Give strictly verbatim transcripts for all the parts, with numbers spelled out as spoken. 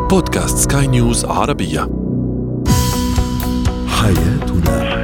بودكاست سكاي نيوز عربية. حياتنا.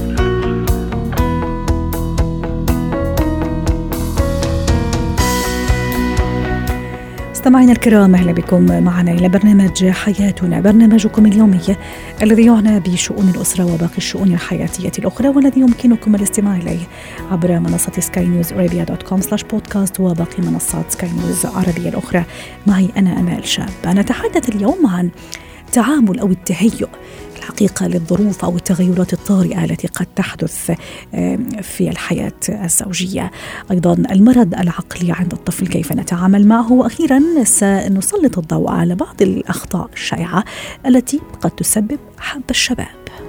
مستمعينا الكرام، أهلا بكم معنا إلى برنامج حياتنا، برنامجكم اليومي الذي يعنى بشؤون الأسرة وباقي الشؤون الحياتية الأخرى، والذي يمكنكم الاستماع إليه عبر منصة سكاي نيوز عربية دوت كوم سلاش بودكاست وباقي منصات سكاي نيوز عربية الأخرى. معي أنا أمال شاب. نتحدث اليوم عن تعامل أو التهيؤ الحقيقة للظروف أو التغيرات الطارئة التي قد تحدث في الحياة الزوجية، أيضا المرض العقلي عند الطفل كيف نتعامل معه، وأخيرا سنسلط الضوء على بعض الأخطاء الشائعة التي قد تسبب حب الشباب.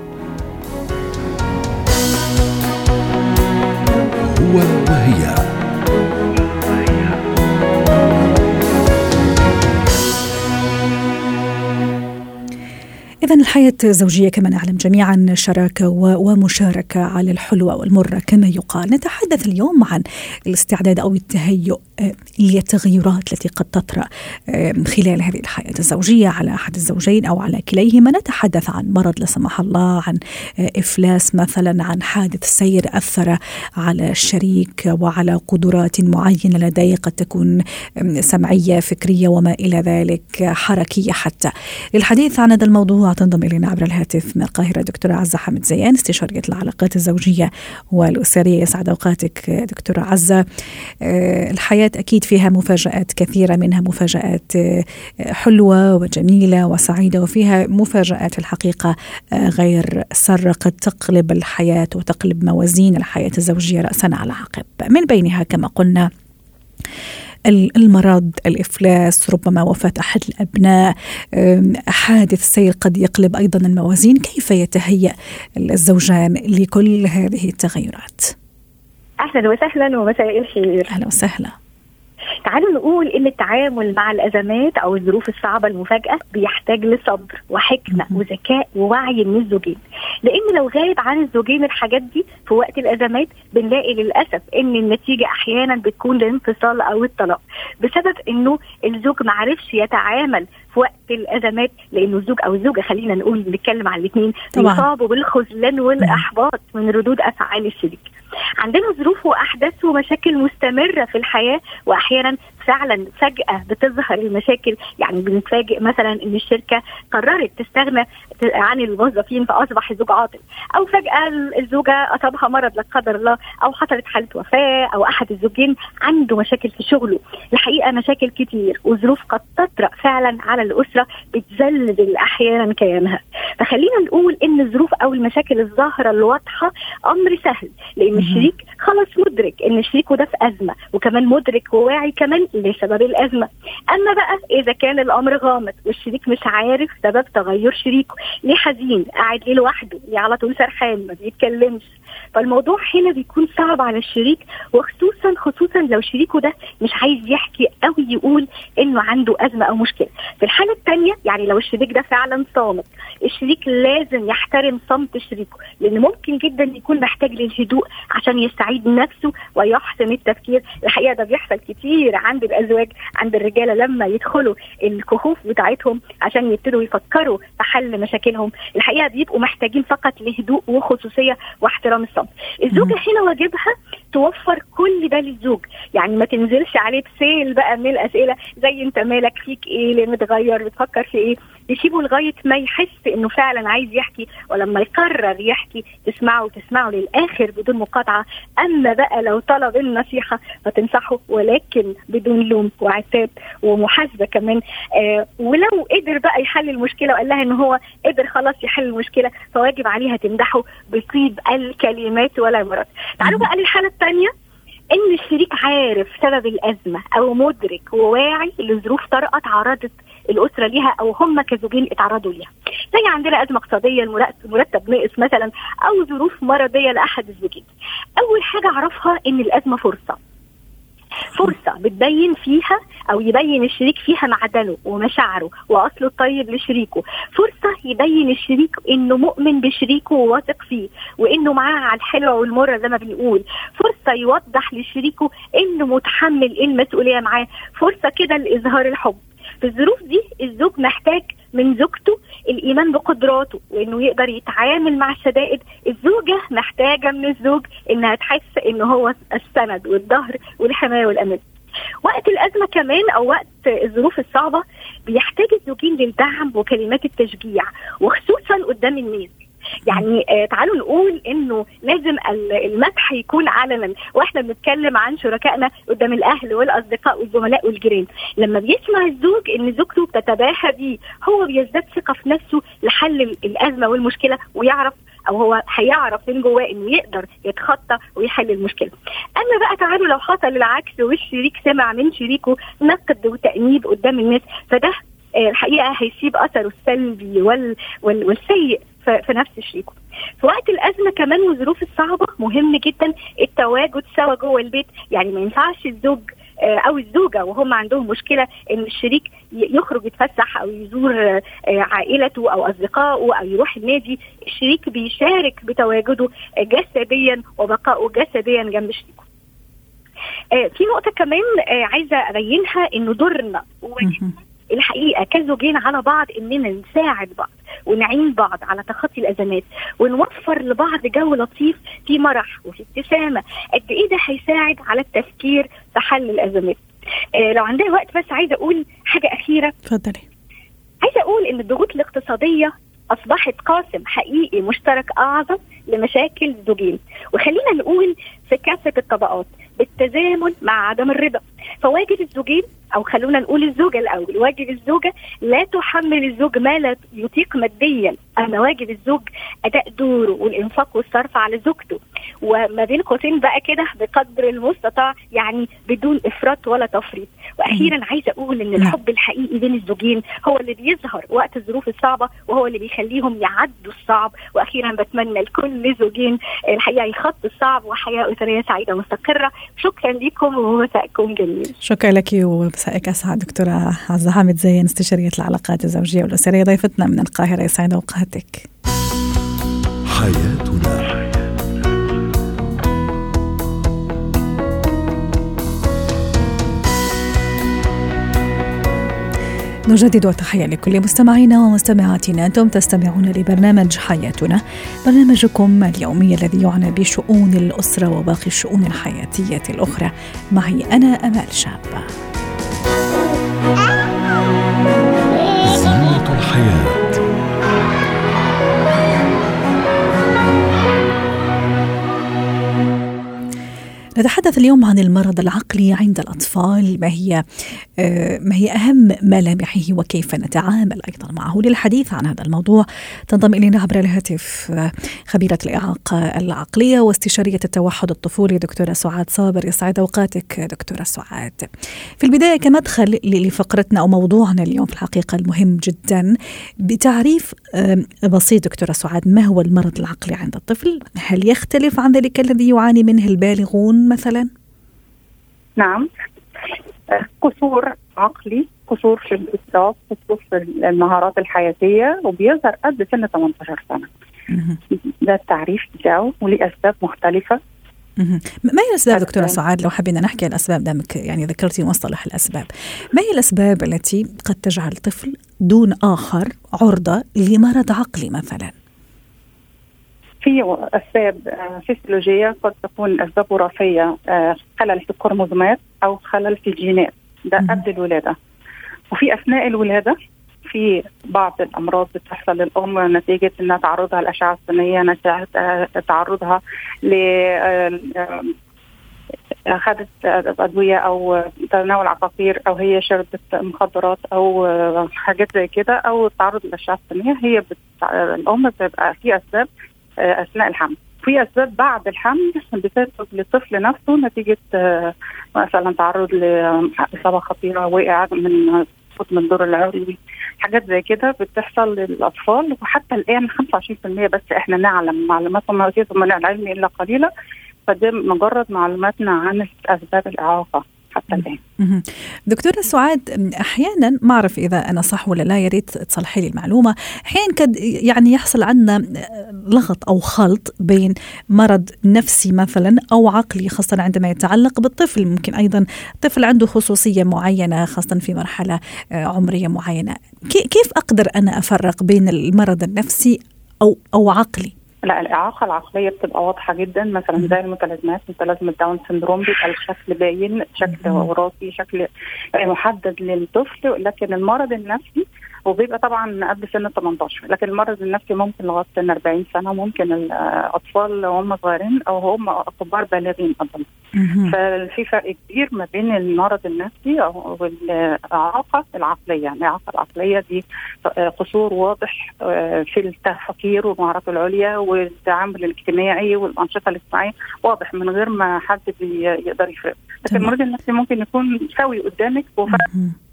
هو وهي. إذن الحياة الزوجية كما نعلم جميعا شراكة ومشاركة على الحلوة والمرة كما يقال. نتحدث اليوم عن الاستعداد أو التهيؤ للتغيرات التي قد تطرأ خلال هذه الحياة الزوجية على أحد الزوجين أو على كليهما. نتحدث عن مرض لا سمح الله، عن إفلاس مثلا، عن حادث سير أثر على الشريك وعلى قدرات معينة لديه، قد تكون سمعية، فكرية وما إلى ذلك، حركية حتى. للحديث عن هذا الموضوع تنضم إلينا عبر الهاتف من القاهرة دكتورة عزة حامد زيان، استشارية العلاقات الزوجية والأسرية. يسعد أوقاتك دكتورة عزة. الحياة أكيد فيها مفاجآت كثيرة، منها مفاجآت حلوة وجميلة وسعيدة، وفيها مفاجآت الحقيقة غير سارة قد تقلب الحياة وتقلب موازين الحياة الزوجية رأسا على عقب. من بينها كما قلنا المرض، الإفلاس، ربما وفاة أحد الأبناء، حادث سير قد يقلب أيضا الموازين. كيف يتهيأ الزوجان لكل هذه التغيرات؟ أهلا وسهلا ومساء الخير. أهلا وسهلا. تعالوا نقول إن التعامل مع الأزمات أو الظروف الصعبة المفاجئة بيحتاج لصبر وحكمة وذكاء ووعي من الزوجين، لأن لو غايب عن الزوجين الحاجات دي في وقت الأزمات بنلاقي للأسف إن النتيجة أحيانا بتكون الانفصال أو الطلاق، بسبب إنه الزوج معرفش يتعامل في وقت الأزمات، لأنه الزوج أو الزوجة، خلينا نقول نتكلم على الاثنين، بيصابوا بالخذلان والإحباط من ردود أفعال الشريك. عندنا ظروف وأحداث ومشاكل مستمرة في الحياة، وأحيانا فعلا فجأة بتظهر المشاكل. يعني بنتفاجئ مثلا إن الشركة قررت تستغنى عن الموظفين فأصبح الزوج عاطل، أو فجأة الزوجة أصابها مرض لا قدر الله، أو حصلت حالة وفاة، أو أحد الزوجين عنده مشاكل في شغله. الحقيقة مشاكل كتير وظروف قد تطرأ فعلا على الأسرة بتزلزل أحيانا كيانها. فخلينا نقول إن الظروف أو المشاكل الظاهرة الواضحة أمر سهل، لأن الشريك خلاص مدرك إن شريكه ده في أزمة، وكمان مدرك وواعي كمان لسبب الأزمة. أما بقى إذا كان الأمر غامض والشريك مش عارف سبب تغير شريكه، ليه حزين، قاعد ليه لوحده، ليه على طول سرحان ما بيتكلمش، فالموضوع هنا بيكون صعب على الشريك، وخصوصا خصوصا لو شريكه ده مش عايز يحكي أو يقول إنه عنده أزمة أو مشكلة. في الحالة الثانية، يعني لو الشريك ده فعلا صامت، الشريك لازم يحترم صمت شريكه، لأن ممكن جدا يكون محتاج للهدوء عشان يستعيد نفسه ويحسن التفكير. الحقيقة ده بيحصل كتير عند الأزواج، عند الرجالة لما يدخلوا الكهوف بتاعتهم عشان يبتدوا يفكروا في حل مشاكلهم، الحقيقة بيبقوا محتاجين فقط لهدوء وخصوصية واحترام الصمت. الزوجة هنا واجبها توفر كل ده للزوج، يعني ما تنزلش عليه بسيل بقى من الأسئلة زي انت مالك، فيك ايه، اللي متغير، بتفكر في ايه. تسيبه لغاية ما يحس انه فعلا عايز يحكي، ولما يقرر يحكي تسمعه وتسمعه للآخر بدون مقاطعة. اما بقى لو طلب النصيحة فتنصحه، ولكن بدون لوم وعتاب ومحاسبة كمان. آه ولو قدر بقى يحل المشكلة وقال لها ان هو قدر خلاص يحل المشكلة، فواجب عليها تمدحه بطيب الكلمات ولا مرض. تعالوا بقى للحالة الثانية، ان الشريك عارف سبب الأزمة او مدرك وواعي لظروف طارئة تعرضت الأسرة ليها أو هم كزوجين اتعرضوا ليها، زي عندنا أزمة اقتصادية، المرتب ناقص مثلا، أو ظروف مرضية لأحد الزوجين. أول حاجة أعرفها إن الأزمة فرصة، فرصة بتبين فيها أو يبين الشريك فيها معدنه ومشاعره وأصله الطيب لشريكه، فرصة يبين الشريك إنه مؤمن بشريكه وواثق فيه وإنه معاه على الحلوة والمرة زي ما بنقول، فرصة يوضح لشريكه إنه متحمل المسؤولية معاه، فرصة كده لإظهار الحب. في الظروف دي الزوج محتاج من زوجته الإيمان بقدراته وإنه يقدر يتعامل مع الشدائد. الزوجة محتاجة من الزوج إنها تحس إنه هو السند والظهر والحماية والأمان. وقت الأزمة كمان أو وقت الظروف الصعبة بيحتاج الزوجين للدعم وكلمات التشجيع وخصوصا قدام الناس. يعني آه تعالوا نقول انه لازم المدح يكون علنا واحنا بنتكلم عن شركائنا قدام الاهل والاصدقاء والزملاء والجيران. لما بيسمع الزوج ان زوجته بتتباهى بيه هو بيزداد ثقة في نفسه لحل الازمة والمشكلة، ويعرف او هو هيعرف من جواه انه يقدر يتخطى ويحل المشكلة. اما بقى تعالوا لو حصل العكس والشريك سمع من شريكه نقد وتأنيب قدام الناس، فده آه الحقيقة هيسيب اثره السلبي وال وال والسيء في نفس شريكه. في وقت الأزمة كمان والظروف الصعبة مهم جدا التواجد سوا جوه البيت. يعني ما ينفعش الزوج أو الزوجة وهم عندهم مشكلة إن الشريك يخرج يتفسح أو يزور عائلته أو أصدقائه أو يروح النادي. الشريك بيشارك بتواجده جسديا وبقائه جسديا جنب شريكه. في نقطة كمان عايزة أبينها إنه دورنا وواجبنا الحقيقة كزوجين على بعض إننا نساعد بعض ونعين بعض على تخطي الأزمات ونوفر لبعض جو لطيف في مرح وفي ابتسامة. قد إيه ده هيساعد على التفكير في حل الأزمات. آه لو عندنا وقت بس عايزة أقول حاجة أخيرة. تفضلي. عايزة أقول إن الضغوط الاقتصادية أصبحت قاسم حقيقي مشترك أعظم لمشاكل الزوجين، وخلينا نقول في كافة الطبقات بالتزامن مع عدم الرضا. فواجب الزوجين أو خلونا نقول الزوجة الأول، واجب الزوجة لا تحمل الزوج ما لا يطيق ماديا، أما واجب الزوج أداء دوره والإنفاق والصرف على زوجته، وما بين قوسين بقى كده بقدر المستطاع، يعني بدون إفراط ولا تفريط. وأخيرا عايزة أقول إن الحب الحقيقي بين الزوجين هو اللي بيظهر وقت الظروف الصعبة وهو اللي بيخليهم يعدوا الصعب. وأخيرا بتمنى لكل زوجين الحقيقة يخطوا الصعب وحياة أسرية سعيدة مستقرة. شكرا لكم ومساءكم جميل. شكرا لك ومساءك أسعد. دكتورة عزة حامد زين، استشارية العلاقات الزوجية والأسرية، ضيفتنا من القاهرة. يسعد أوقاتك. حياتنا. نجدد التحية لكل مستمعينا ومستمعاتنا. أنتم تستمعون لبرنامج حياتنا، برنامجكم اليومي الذي يعنى بشؤون الأسرة وباقي الشؤون الحياتية الأخرى. معي أنا أمال شاب. زينة الحياة. نتحدث اليوم عن المرض العقلي عند الأطفال. ما هي ما هي أهم ملامحه وكيف نتعامل أيضا معه؟ للحديث عن هذا الموضوع تنضم إلينا عبر الهاتف خبيرة الإعاقة العقلية واستشارية التوحد الطفولي دكتورة سعاد صابر. يسعد أوقاتك دكتورة سعاد. في البداية كمدخل لفقرتنا أو موضوعنا اليوم في الحقيقة المهم جدا، بتعريف بسيط دكتورة سعاد، ما هو المرض العقلي عند الطفل؟ هل يختلف عن ذلك الذي يعاني منه البالغون مثلا؟ نعم، قصور عقلي، قصور في الإدراك، قصور في المهارات الحياتية، وبيظهر قبل سن ثمانية عشر سنة. ده التعريف بتاعه وليه أسباب مختلفة. ما هي الأسباب دكتورة سعاد؟ لو حبينا نحكي الأسباب، دامك يعني ذكرتي مصطلح الأسباب، ما هي الأسباب التي قد تجعل الطفل دون آخر عرضة لمرض عقلي مثلا؟ في أسباب فسيولوجية، قد تكون أسباب وراثية، خلل في الكروموزومات أو خلل في الجينات، ده قبل الولادة. وفي أثناء الولادة في بعض الأمراض بتحصل للأم نتيجة أنها تعرضها للأشعة السينية، تعرضها ل أخذت أدوية أو تناول عقاقير أو هي شربت مخدرات أو حاجات زي كده أو تعرض للأشعة السينية. هي بت... الأم بتبقى في أسباب أثناء الحمل، في أسباب بعد الحمل بتسبب للطفل نفسه نتيجة مثلا تعرض لإصابة خطيرة، وقع من من الدور العلوي، حاجات زي كده بتحصل للأطفال. وحتى الآن خمسة وعشرين بالمئة بس إحنا نعلم معلومات وما أوتيتم من العلم إلا قليلا، فده مجرد معلوماتنا عن أسباب الإعاقة. حتى الآن. دكتورة سعاد، أحيانا ما أعرف إذا أنا صح ولا لا، يا ريت تصلحي لي المعلومة. أحيانا قد يعني يحصل عندنا لغط أو خلط بين مرض نفسي مثلا أو عقلي، خاصة عندما يتعلق بالطفل. ممكن أيضا طفل عنده خصوصية معينة خاصة في مرحلة عمرية معينة. كيف أقدر أنا أفرق بين المرض النفسي أو أو عقلي؟ لا، الإعاقة العقلية بتبقى واضحة جدا، مثلا زي المتلازمات، متلازمة داون سندروم بيبقى الشكل باين، شكل وراثي، شكل محدد للطفل. لكن المرض النفسي وبيبقى طبعا قبل سن ثمانية عشر، لكن المرض النفسي ممكن لغاية سن أربعين سنة، ممكن الأطفال وهم صغيرين أو هم كبار بالغين أيضا. ففي فرق كبير ما بين المرض النفسي والإعاقة العقلية. الإعاقة العقلية دي قصور واضح في التفكير والمهارات العليا والتعامل الاجتماعي والأنشطة الاجتماعية واضح من غير ما حد يقدر يفرق. لكن المرض النفسي ممكن يكون سوي قدامك وفرق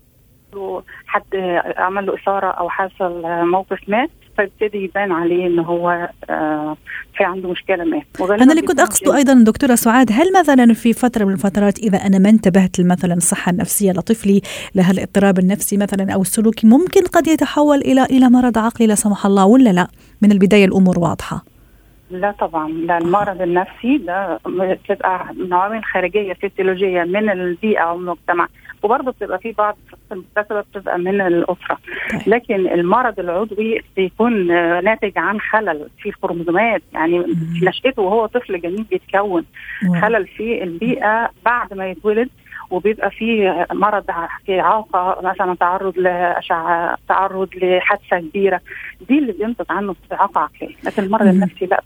حد عمل له إثارة أو حصل موقف ما، فيبتدي يبان عليه إنه هو في عنده مشكلة ما. أنا اللي كنت أقصده أيضا دكتورة سعاد، هل مثلا في فترة من الفترات إذا أنا ما انتبهت مثلا الصحة النفسية لطفلي لها الاضطراب النفسي مثلا أو السلوكي، ممكن قد يتحول إلى إلى مرض عقلي لا سمح الله، ولا لا من البداية الأمور واضحة؟ لا طبعا، لا. المرض النفسي ده بتبقى عوامل خارجية فيسيولوجية من البيئة أو المجتمع، وبرضه بتبقى في بعض المكتسبة بتبقى من الأسرة. لكن المرض العضوي بيكون ناتج عن خلل في الكروموزومات، يعني في نشأته وهو طفل جنين بيتكون خلل في البيئة بعد ما يتولد، وبيبقى في مرض في إعاقة مثلا، تعرض لأشعة، تعرض لحادثة كبيرة، دي اللي بينتج عنه إعاقة عقلية. لكن المرض النفسي لا.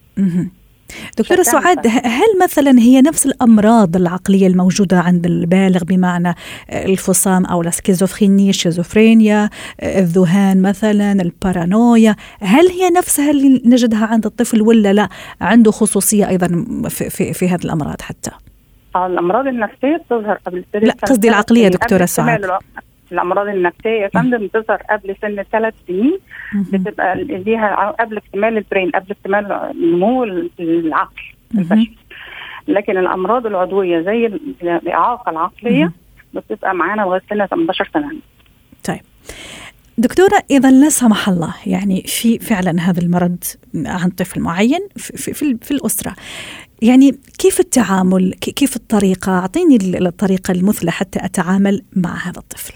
دكتورة سعاد، هل مثلا هي نفس الأمراض العقلية الموجودة عند البالغ بمعنى الفصام أو السكيزوفرينيا، الشيزوفرينيا، الذهان مثلا، البارانويا، هل هي نفسها اللي نجدها عند الطفل ولا لا عنده خصوصية أيضا في, في, في هذه الأمراض حتى؟ الأمراض النفسية بتظهر قبل سن، لا قصدي العقلية دكتورة سعاد. الأمراض النفسية يا فندم بتظهر قبل سن ثلاث سنين، بتبقى ليها قبل اكتمال البرين، قبل اكتمال نمو العقل البشري. لكن الأمراض العضوية زي الإعاقة العقلية بتبقى معانا لغاية سن ثمانية عشر سنة. طيب دكتورة، إذا لا سمح الله يعني في فعلا هذا المرض عند طفل معين في, في, في الأسرة، يعني كيف التعامل، كيف الطريقة؟ أعطيني الطريقة المثلى حتى أتعامل مع هذا الطفل.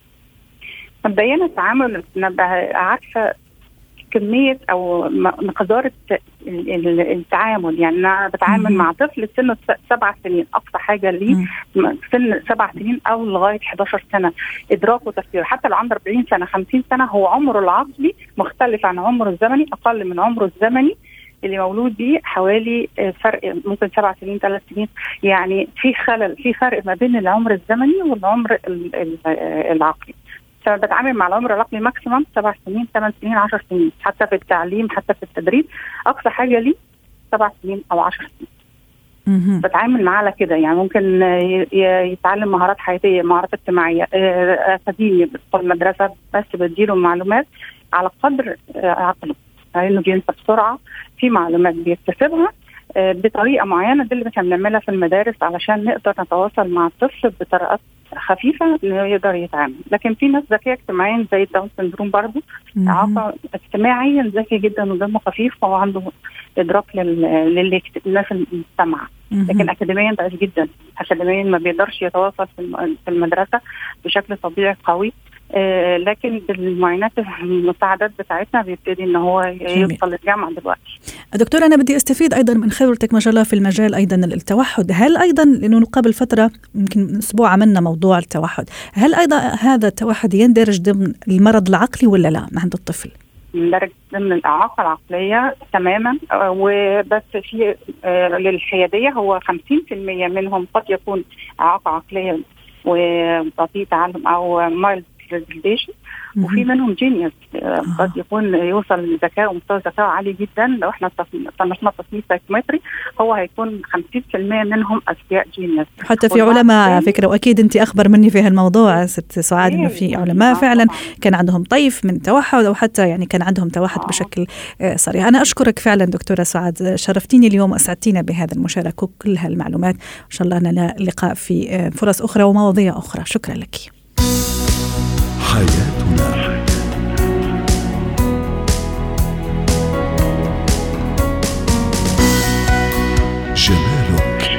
مبدئيا التعامل نبقى عارفة كمية أو مقدار التعامل. يعني أنا بتعامل مع طفل سنه سبع سنين، أقصى حاجة ليه سن سبع سنين أو لغاية إحدى عشرة سنة، إدراك وتفكير. حتى لو عنده أربعين سنة خمسين سنة هو عمره العقلي مختلف عن عمره الزمني، أقل من عمره الزمني اللي مولود بيه حوالي فرق ممكن سبع سنين ثلاث سنين. يعني في خلل، في فرق ما بين العمر الزمني والعمر العقلي. بتعامل مع العمر العقلي ماكسيمم سبع سنين ثمان سنين عشر سنين، حتى في التعليم حتى في التدريب أقصى حاجة لي سبع سنين أو عشر سنين. بتعامل معاه على كده. يعني ممكن يتعلم مهارات حياتية، مهارات اجتماعية، أكاديمية، في المدرسة، بس بديله معلومات على قدر عقله، لأنه يعني بينسى بسرعة في معلومات بيكتسبها بطريقة معينة. دي اللي احنا بنعملها في المدارس علشان نقدر نتواصل مع الطفل بطريقات خفيفة انه يقدر يتعامل. لكن في ناس ذكية اجتماعيا زي الداون سندروم برضو، إعاقة اجتماعيا ذكي جدا ودمه خفيف وعنده إدراك للناس المجتمع. لكن أكاديميا ضعيف جدا، أكاديميا ما بيقدرش يتواصل في المدرسة بشكل طبيعي قوي. آه لكن بالمعاينات المساعدات بتاعتنا بيبتدي ان هو يوصل للجامعه دلوقتي. دكتورة، انا بدي استفيد ايضا من خبرتك ما شاء الله في المجال ايضا التوحد. هل ايضا لانه قبل فتره يمكن اسبوع عملنا موضوع التوحد، هل ايضا هذا التوحد يندرج ضمن المرض العقلي ولا لا عند الطفل؟ يندرج ضمن الاعاقه العقليه تماما، وبس في آه للحياديه هو خمسين بالمئة منهم قد يكون اعاقه عقليه وبطيء تعلم او مايلد ريديشن، وفي منهم جينيوس قد يكون يوصل لذكاء ومستوى ذكاء عالي جدا. لو احنا صنفنا تصنيف سايكومتري هو هيكون خمسين بالمئة منهم اذكياء جينيوس. حتى في علماء على فكره، واكيد انت اخبر مني في هالموضوع ست سعاد، انه في علماء فعلا كان عندهم طيف من توحد او حتى يعني كان عندهم توحد بشكل صريح. انا اشكرك فعلا دكتوره سعاد، شرفتيني اليوم واسعدتينا بهذا المشاركه وكل هالمعلومات. ان شاء الله لنا لقاء في فرص اخرى ومواضيع اخرى. شكرا لك. حياتنا جمالك.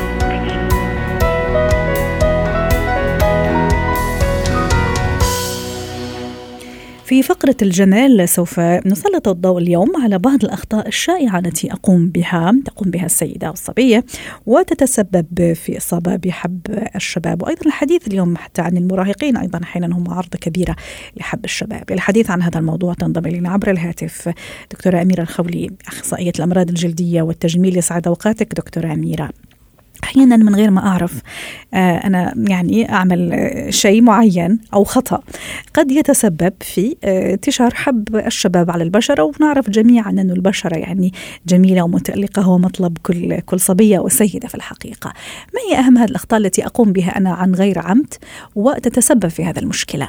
في فقرة الجمال سوف نسلط الضوء اليوم على بعض الأخطاء الشائعة التي أقوم بها تقوم بها السيدة والصبية وتتسبب في إصابة بحب الشباب، وأيضا الحديث اليوم حتى عن المراهقين أيضا أحيانا هم عرضة كبيرة لحب الشباب. الحديث عن هذا الموضوع تنضم إلينا عبر الهاتف دكتورة أميرة الخولي، أخصائية الأمراض الجلدية والتجميل. يسعد أوقاتك دكتورة أميرة. أحيانا من غير ما أعرف أنا يعني أعمل شيء معين أو خطأ قد يتسبب في انتشار حب الشباب على البشرة، ونعرف جميعا أن البشرة يعني جميلة ومتألقة، هو مطلب كل كل صبية وسيدة في الحقيقة. ما هي أهم هذه الأخطاء التي أقوم بها أنا عن غير عمد وتتسبب في هذا المشكلة؟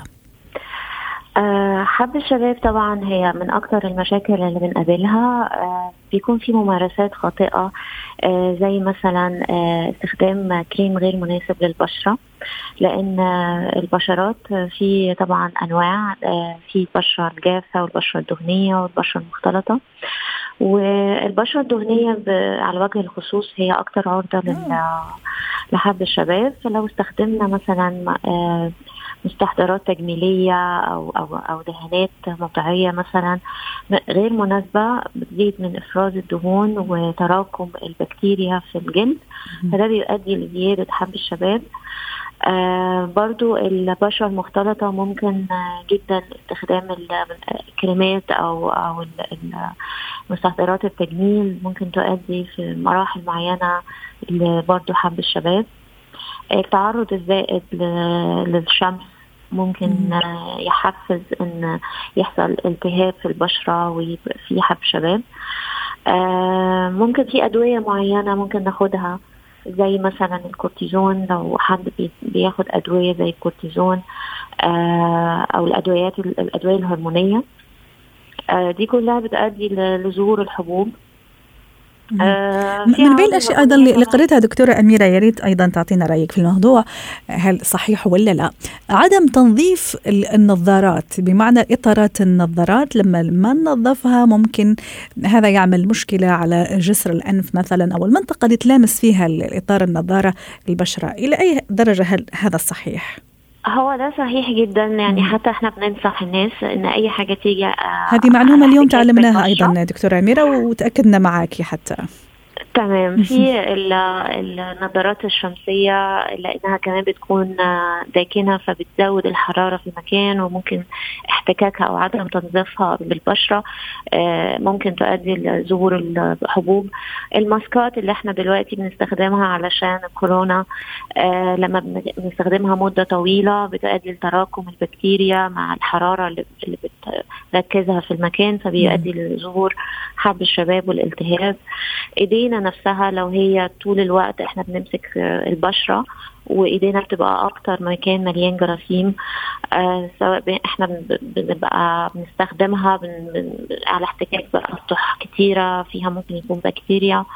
حب الشباب طبعا هي من أكثر المشاكل اللي بنقابلها. بيكون في ممارسات خاطئة زي مثلا استخدام كريم غير مناسب للبشرة، لأن البشرات في طبعا أنواع، في البشرة الجافة والبشرة الدهنية والبشرة المختلطة. والبشرة الدهنية على وجه الخصوص هي أكثر عرضة لحب الشباب. فلو استخدمنا مثلا مستحضرات تجميلية أو أو أو دهانات موضعية مثلا غير مناسبة بتزيد من إفراز الدهون وتراكم البكتيريا في الجلد، فده بيؤدي لزيادة حب الشباب. آه برضو البشرة المختلطة ممكن آه جدا استخدام الكريمات أو أو مستحضرات التجميل ممكن تؤدي في مراحل معينة لبرضو حب الشباب. التعرض الزائد للشمس ممكن يحفز ان يحصل التهاب في البشرة ويبقى في حب شباب. ممكن في ادوية معينة ممكن ناخدها زي مثلا الكورتيزون، لو حد بياخد ادوية زي الكورتيزون او الادويات الادوية الهرمونية، دي كلها بتؤدي لظهور الحبوب. آه من بين الأشياء أيضا اللي قريتها دكتورة أميرة، يريد أيضا تعطينا رأيك في الموضوع، هل صحيح ولا لا؟ عدم تنظيف النظارات، بمعنى إطارات النظارات لما ما ننظفها ممكن هذا يعمل مشكلة على جسر الأنف مثلا أو المنطقة اللي تلامس فيها الإطار النظارة البشرة. إلى أي درجة هل هذا الصحيح؟ هو ده صحيح جدا، يعني مم. حتى احنا بننصح الناس ان اي حاجة تيجي. هذه معلومة اليوم تعلمناها ايضا دكتورة أميرة وتأكدنا معاكي حتى. تمام. في النظارات الشمسية لأنها كمان بتكون داكنة فبتزود الحرارة في المكان، وممكن احتكاكها أو عدم تنظيفها بالبشرة ممكن تؤدي لظهور الحبوب. الماسكات اللي احنا دلوقتي بنستخدمها علشان الكورونا لما بنستخدمها مدة طويلة بتؤدي لتراكم البكتيريا مع الحرارة اللي بتركزها في المكان، فبيؤدي لظهور حب الشباب والالتهاب. ايدينا نفسها لو هي طول الوقت احنا بنمسك البشرة وايدينا بتبقى اكتر مكان مليان جراثيم، آه سواء احنا بنبقى بنستخدمها بن بن على احتكاك بأسطح كتيرة فيها ممكن يكون بكتيريا،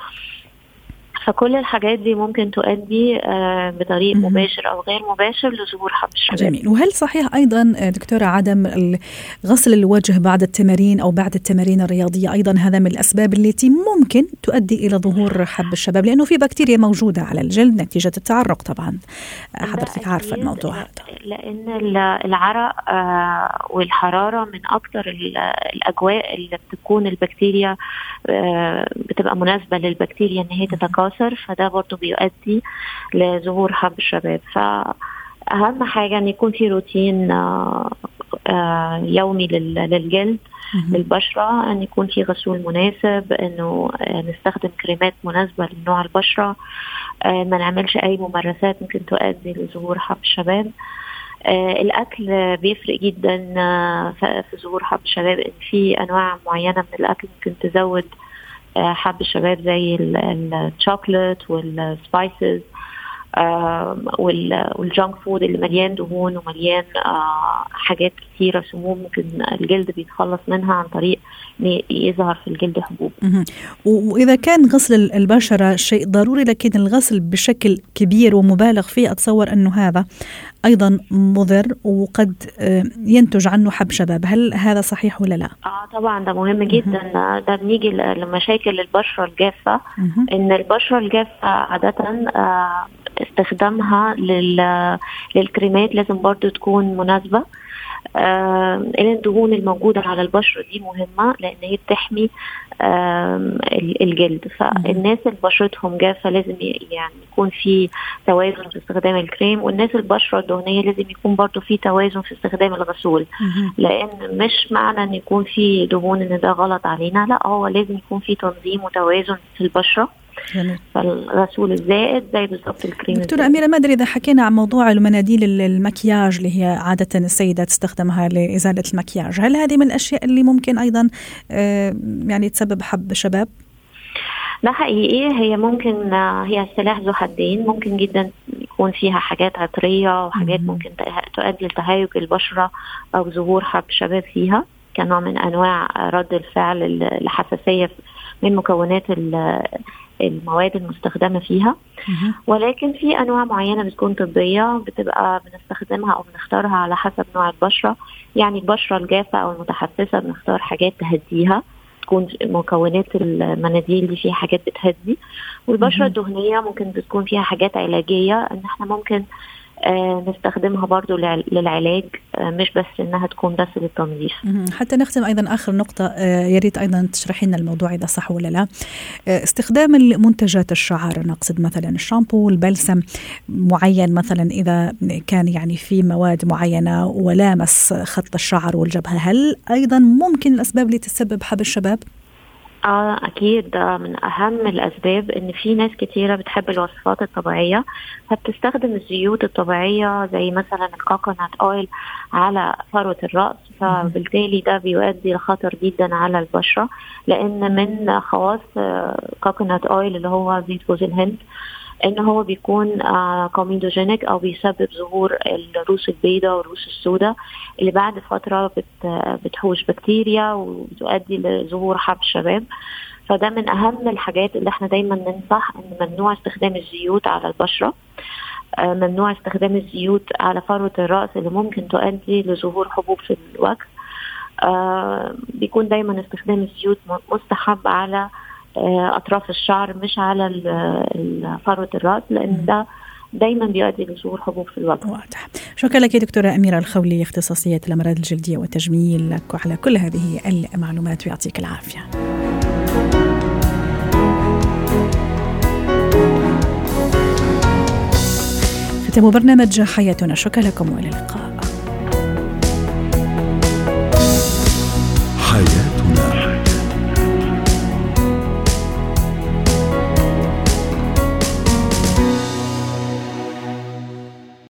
فكل الحاجات دي ممكن تؤدي آه بطريق مباشر أو غير مباشر لظهور حب الشباب. جميل. وهل صحيح أيضا دكتورة عدم غسل الوجه بعد التمارين أو بعد التمارين الرياضية أيضا هذا من الأسباب التي ممكن تؤدي إلى ظهور حب الشباب، لأنه في بكتيريا موجودة على الجلد نتيجة التعرق؟ طبعا حضرتك عارفة الموضوع هذا. لأن العرق آه والحرارة من أكتر الأجواء اللي بتكون البكتيريا آه بتبقى مناسبة للبكتيريا إن هي تتكاثر، فده برضو بيؤدي لظهور حب الشباب. فأهم حاجة أن يكون في روتين آه آه يومي للجلد للبشرة، أن يكون في غسول مناسب، أنه آه نستخدم كريمات مناسبة لنوع البشرة، آه ما نعملش أي ممارسات ممكن تؤدي لظهور حب الشباب. آه الأكل بيفرق جدا آه في ظهور حب الشباب. إن في أنواع معينة من الأكل ممكن تزود آه حب الشباب زي الشوكولات والسبايسز آه والجانك فود اللي مليان دهون ومليان آه حاجات كثيرة سموم ممكن الجلد بيتخلص منها عن طريق يظهر في الجلد حبوب. وإذا كان غسل البشرة شيء ضروري لكن الغسل بشكل كبير ومبالغ فيه أتصور أنه هذا أيضا مضر وقد ينتج عنه حب شباب، هل هذا صحيح ولا لا؟ آه طبعا ده مهم جدا. ده بنيجي لمشاكل البشرة الجافة. إن البشرة الجافة عادة آه استخدامها للكريمات لازم برضو تكون مناسبة. آه الدهون الموجودة على البشرة دي مهمة لأن هي بتحمي آه الجلد. فالناس اللي بشرتهم جافة لازم يعني يكون في توازن في استخدام الكريم، والناس البشرة الدهنية لازم يكون برضو في توازن في استخدام الغسول. لأن مش معنى أن يكون في دهون أن ده غلط علينا، لا، هو لازم يكون في تنظيم وتوازن في البشرة. جميل. فالغسول الزائد زي بالضبط الكريم. دكتورة أميرة، ما أدري إذا حكينا عن موضوع المناديل المكياج اللي هي عادة السيدة تستخدمها لإزالة المكياج، هل هذه من الأشياء اللي ممكن أيضا يعني تسبب حب شباب؟ لا حقيقي، هي ممكن هي سلاح ذو حدين. ممكن جدا يكون فيها حاجات عطرية وحاجات ممكن تؤدي لتهيج البشرة أو ظهور حب شباب فيها كنوع من أنواع رد الفعل الحساسية من مكونات المواد المستخدمة فيها. ولكن في أنواع معينة بتكون طبية بتبقى بنستخدمها أو بنختارها على حسب نوع البشرة. يعني البشرة الجافة أو المتحسسة بنختار حاجات تهديها، تكون مكونات المناديل دي فيها حاجات بتهدي. والبشرة الدهنية ممكن بتكون فيها حاجات علاجية، إن احنا ممكن آه نستخدمها برضو للعلاج، آه مش بس إنها تكون بس للتنظيف. حتى نختم أيضا آخر نقطة، آه يريد أيضا تشرحي لنا الموضوع إذا صح ولا لا. آه استخدام المنتجات الشعر، نقصد مثلا الشامبو، البلسم معين مثلا إذا كان يعني في مواد معينة ولامس خط الشعر والجبهة، هل أيضا ممكن الأسباب اللي تسبب حب الشباب؟ آه أكيد، ده من أهم الأسباب. إن في ناس كتيرة بتحب الوصفات الطبيعية فبتستخدم الزيوت الطبيعية زي مثلا الكوكونات أويل على فروة الرأس، فبالتالي ده بيؤدي لخطر جدا على البشرة. لأن من خواص كوكونات أويل اللي هو زيت جوز الهند إنه هو بيكون آه كوميدوجينيك أو بيسبب ظهور الروس البيضاء والروس السوداء اللي بعد فترة بت بتحوش بكتيريا وتؤدي لظهور حب الشباب. فده من أهم الحاجات اللي احنا دايما ننصح إن ممنوع استخدام الزيوت على البشرة، آه ممنوع استخدام الزيوت على فروة الرأس اللي ممكن تؤدي لظهور حبوب في الوجه. آه بيكون دايما استخدام الزيوت مستحب على أطراف الشعر مش على فروة الرأس، لأن ده دايما بيؤدي لظهور حبوب في الوجه. واضح. شكرا لك دكتورة أميرة الخولي، اختصاصية الأمراض الجلدية والتجميل، لك وعلى كل هذه المعلومات ويعطيك العافية. ختام برنامج حياتنا، شكرا لكم وإلى اللقاء. حياة